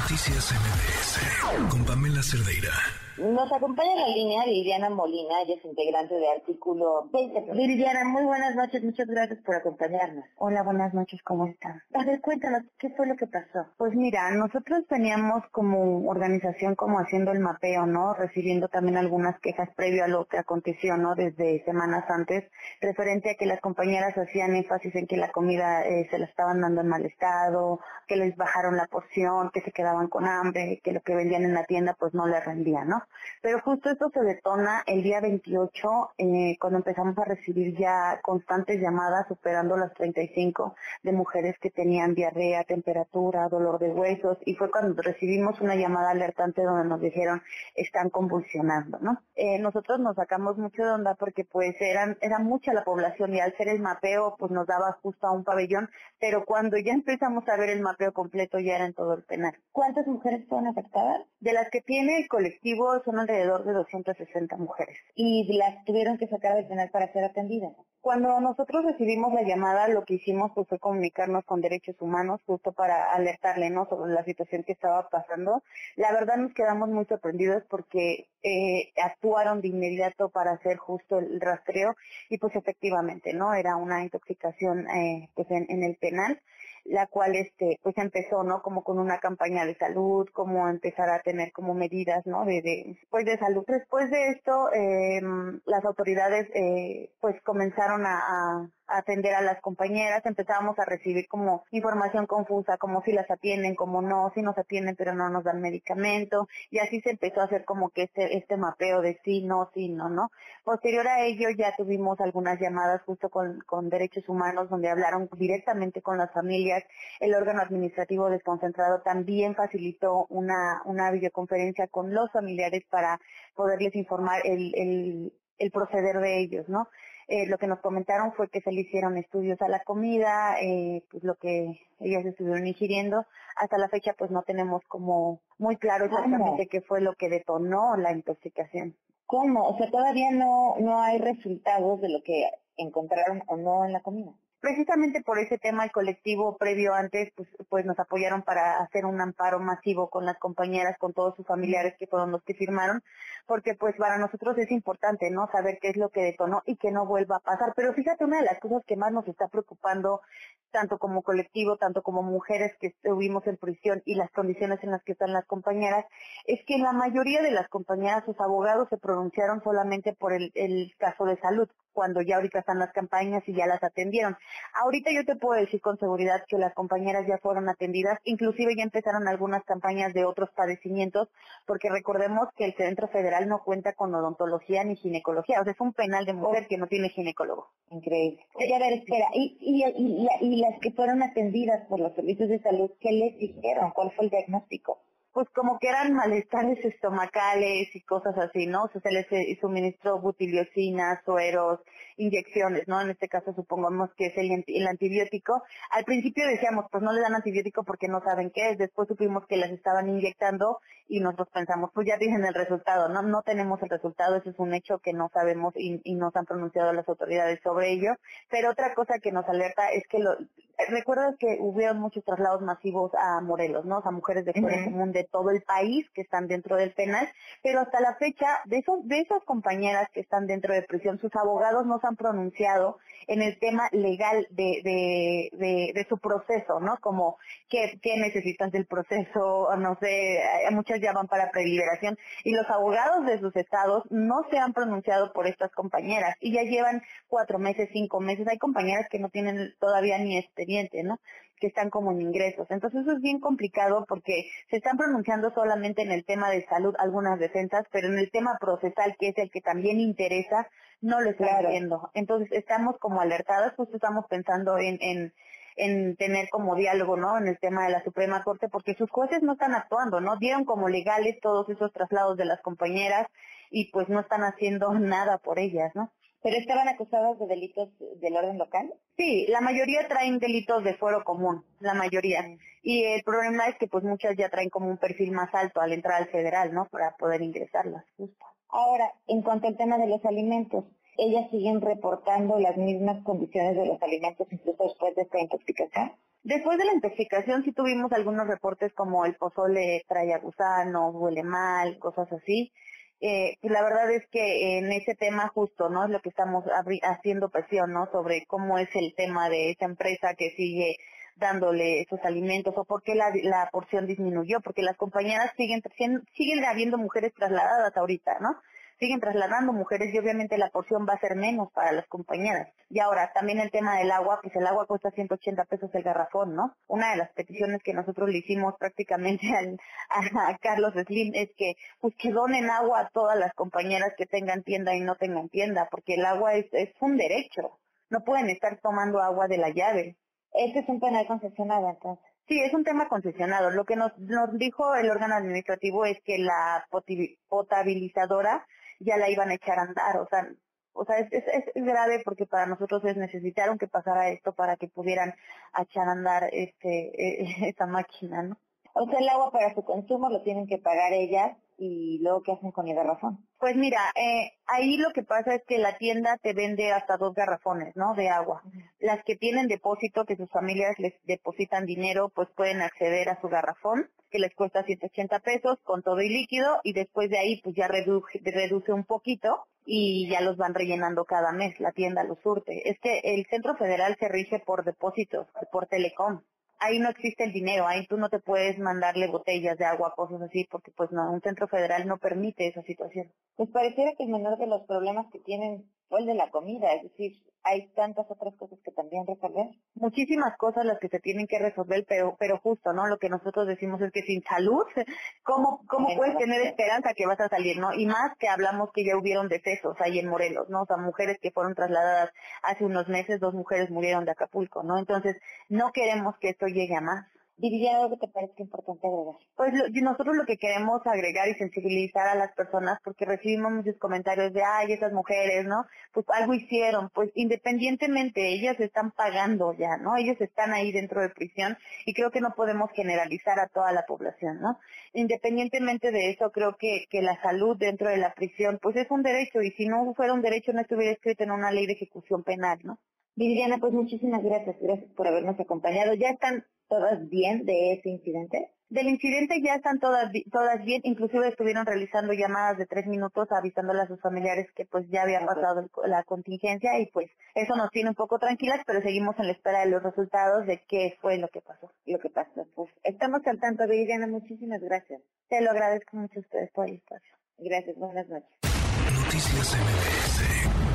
Noticias MBS con Pamela Cerdeira. Nos acompaña en la línea Viridiana Molina, ella es integrante de Artículo 20. Viridiana, muy buenas noches, muchas gracias por acompañarnos. Hola, buenas noches, ¿cómo están? A ver, cuéntanos, ¿qué fue lo que pasó? Pues mira, nosotros teníamos como organización como haciendo el mapeo, ¿no? Recibiendo también algunas quejas previo a lo que aconteció, ¿no? Desde semanas antes, referente a que las compañeras hacían énfasis en que la comida se la estaban dando en mal estado, que les bajaron la porción, que se quedaban con hambre, que lo que vendían en la tienda pues no les rendía, ¿no? Pero justo esto se detona el día 28, cuando empezamos a recibir ya constantes llamadas, superando las 35, de mujeres que tenían diarrea, temperatura, dolor de huesos, y fue cuando recibimos una llamada alertante donde nos dijeron, están convulsionando, ¿no? Nosotros nos sacamos mucho de onda porque pues era mucha la población y al ser el mapeo pues nos daba justo a un pabellón, pero cuando ya empezamos a ver el mapeo completo ya era en todo el penal. ¿Cuántas mujeres fueron afectadas? De las que tiene el colectivo son alrededor de 260 mujeres. Y las tuvieron que sacar del penal para ser atendidas. Cuando nosotros recibimos la llamada, lo que hicimos pues, fue comunicarnos con Derechos Humanos justo para alertarle, ¿no?, sobre la situación que estaba pasando. La verdad nos quedamos muy sorprendidos porque actuaron de inmediato para hacer justo el rastreo y pues efectivamente, ¿no?, era una intoxicación pues en el penal, la cual pues empezó, ¿no?, como con una campaña de salud, como empezar a tener como medidas, ¿no?, de salud. Después de esto, las autoridades pues comenzaron a atender a las compañeras, empezábamos a recibir como información confusa, como si las atienden, como no, si nos atienden pero no nos dan medicamento, y así se empezó a hacer como que este mapeo de sí, no, ¿no? Posterior a ello ya tuvimos algunas llamadas justo con Derechos Humanos donde hablaron directamente con las familias. El órgano administrativo desconcentrado también facilitó una videoconferencia con los familiares para poderles informar el proceder de ellos, ¿no? Lo que nos comentaron fue que se le hicieron estudios a la comida, pues lo que ellas estuvieron ingiriendo. Hasta la fecha pues no tenemos como muy claro exactamente qué fue lo que detonó la intoxicación. ¿Cómo? O sea, todavía no hay resultados de lo que encontraron o no en la comida. Precisamente por ese tema el colectivo previo antes pues nos apoyaron para hacer un amparo masivo con las compañeras, con todos sus familiares que fueron los que firmaron, porque pues para nosotros es importante, ¿no?, saber qué es lo que detonó y que no vuelva a pasar. Pero fíjate, una de las cosas que más nos está preocupando, tanto como colectivo, tanto como mujeres que estuvimos en prisión y las condiciones en las que están las compañeras, es que la mayoría de las compañeras, sus abogados se pronunciaron solamente por el caso de salud, cuando ya ahorita están las campañas y ya las atendieron. Ahorita yo te puedo decir con seguridad que las compañeras ya fueron atendidas, inclusive ya empezaron algunas campañas de otros padecimientos, porque recordemos que el Centro Federal no cuenta con odontología ni ginecología, o sea, es un penal de mujer que no tiene ginecólogo. Increíble. Oye, a ver, espera, y las que fueron atendidas por los servicios de salud, ¿qué les dijeron? ¿Cuál fue el diagnóstico? Pues como que eran malestares estomacales y cosas así, ¿no? O sea, se les suministró butiliocina, sueros, inyecciones, ¿no? En este caso supongamos que es el antibiótico. Al principio decíamos, pues no le dan antibiótico porque no saben qué es. Después supimos que las estaban inyectando y nosotros pensamos, pues ya dicen el resultado, ¿no? No tenemos el resultado, eso es un hecho que no sabemos y no se han pronunciado las autoridades sobre ello. Pero otra cosa que nos alerta es que recuerdas que hubieron muchos traslados masivos a Morelos, ¿no? O sea, mujeres de fuero común de todo el país que están dentro del penal, pero hasta la fecha de esas compañeras que están dentro de prisión, sus abogados no se han pronunciado en el tema legal de su proceso, ¿no? Como qué necesitas del proceso, no sé, muchas llaman para preliberación y los abogados de sus estados no se han pronunciado por estas compañeras y ya llevan 4 meses, 5 meses. Hay compañeras que no tienen todavía ni expediente, ¿no?, que están como en ingresos. Entonces eso es bien complicado porque se están pronunciando solamente en el tema de salud algunas defensas, pero en el tema procesal, que es el que también interesa, no lo están haciendo. Entonces estamos como alertadas, justo estamos pensando en tener como diálogo, ¿no?, en el tema de la Suprema Corte, porque sus jueces no están actuando, ¿no? Dieron como legales todos esos traslados de las compañeras y pues no están haciendo nada por ellas, ¿no? ¿Pero estaban acusadas de delitos del orden local? Sí, la mayoría traen delitos de fuero común, la mayoría. Y el problema es que pues muchas ya traen como un perfil más alto al entrar al federal, ¿no?, para poder ingresarlas, justo. Ahora, en cuanto al tema de los alimentos, ellas siguen reportando las mismas condiciones de los alimentos incluso después de esta intoxicación. Después de la intoxicación sí tuvimos algunos reportes como el pozole trae gusanos, huele mal, cosas así. Pues la verdad es que en ese tema justo, ¿no? Es lo que estamos haciendo presión, ¿no? Sobre cómo es el tema de esa empresa que sigue dándole esos alimentos o por qué la porción disminuyó, porque las compañeras siguen habiendo mujeres trasladadas ahorita, ¿no? Siguen trasladando mujeres y obviamente la porción va a ser menos para las compañeras. Y ahora también el tema del agua, pues el agua cuesta 180 pesos el garrafón, ¿no? Una de las peticiones que nosotros le hicimos prácticamente a Carlos Slim es que pues que donen agua a todas las compañeras que tengan tienda y no tengan tienda, porque el agua es un derecho. No pueden estar tomando agua de la llave. Este es un penal concesionado, entonces. Sí, es un tema concesionado. Lo que nos dijo el órgano administrativo es que la potabilizadora ya la iban a echar a andar, o sea, es grave porque para nosotros necesitaron que pasara esto para que pudieran echar a andar esta máquina, ¿no? O sea, el agua para su consumo lo tienen que pagar ellas y luego ¿qué hacen con el garrafón? Pues mira, ahí lo que pasa es que la tienda te vende hasta 2 garrafones, ¿no? De agua. Las que tienen depósito, que sus familias les depositan dinero, pues pueden acceder a su garrafón, que les cuesta 180 pesos con todo y líquido, y después de ahí pues ya reduce un poquito y ya los van rellenando cada mes, la tienda los surte. Es que el Centro Federal se rige por depósitos, por Telecom. Ahí no existe el dinero, ahí tú no te puedes mandarle botellas de agua, cosas así, porque pues no, un centro federal no permite esa situación. Pues pareciera que el menor de los problemas que tienen fue el de la comida, es decir, hay tantas otras cosas que también resolver. Muchísimas cosas las que se tienen que resolver, pero justo, ¿no? Lo que nosotros decimos es que sin salud, ¿cómo puedes tener esperanza que vas a salir, no? Y más que hablamos que ya hubieron decesos ahí en Morelos, ¿no? O sea, mujeres que fueron trasladadas hace unos meses, 2 mujeres murieron de Acapulco, ¿no? Entonces, no queremos que esto llegue a más. Viridiana, ¿algo que te parezca importante agregar? Pues nosotros lo que queremos agregar y sensibilizar a las personas, porque recibimos muchos comentarios de, ay, esas mujeres, ¿no? Pues algo hicieron, pues independientemente, ellas están pagando ya, ¿no? Ellos están ahí dentro de prisión y creo que no podemos generalizar a toda la población, ¿no? Independientemente de eso, creo que la salud dentro de la prisión, pues es un derecho y si no fuera un derecho no estuviera escrito en una ley de ejecución penal, ¿no? Viridiana, pues muchísimas gracias por habernos acompañado. ¿Ya están todas bien de ese incidente? Del incidente ya están todas bien, inclusive estuvieron realizando llamadas de 3 minutos avisándole a sus familiares que pues ya había pasado la contingencia y pues eso nos tiene un poco tranquilas, pero seguimos en la espera de los resultados de qué fue lo que pasó. Pues estamos al tanto, Viridiana, muchísimas gracias. Te lo agradezco mucho a ustedes por el espacio. Gracias, buenas noches. Noticias MBS.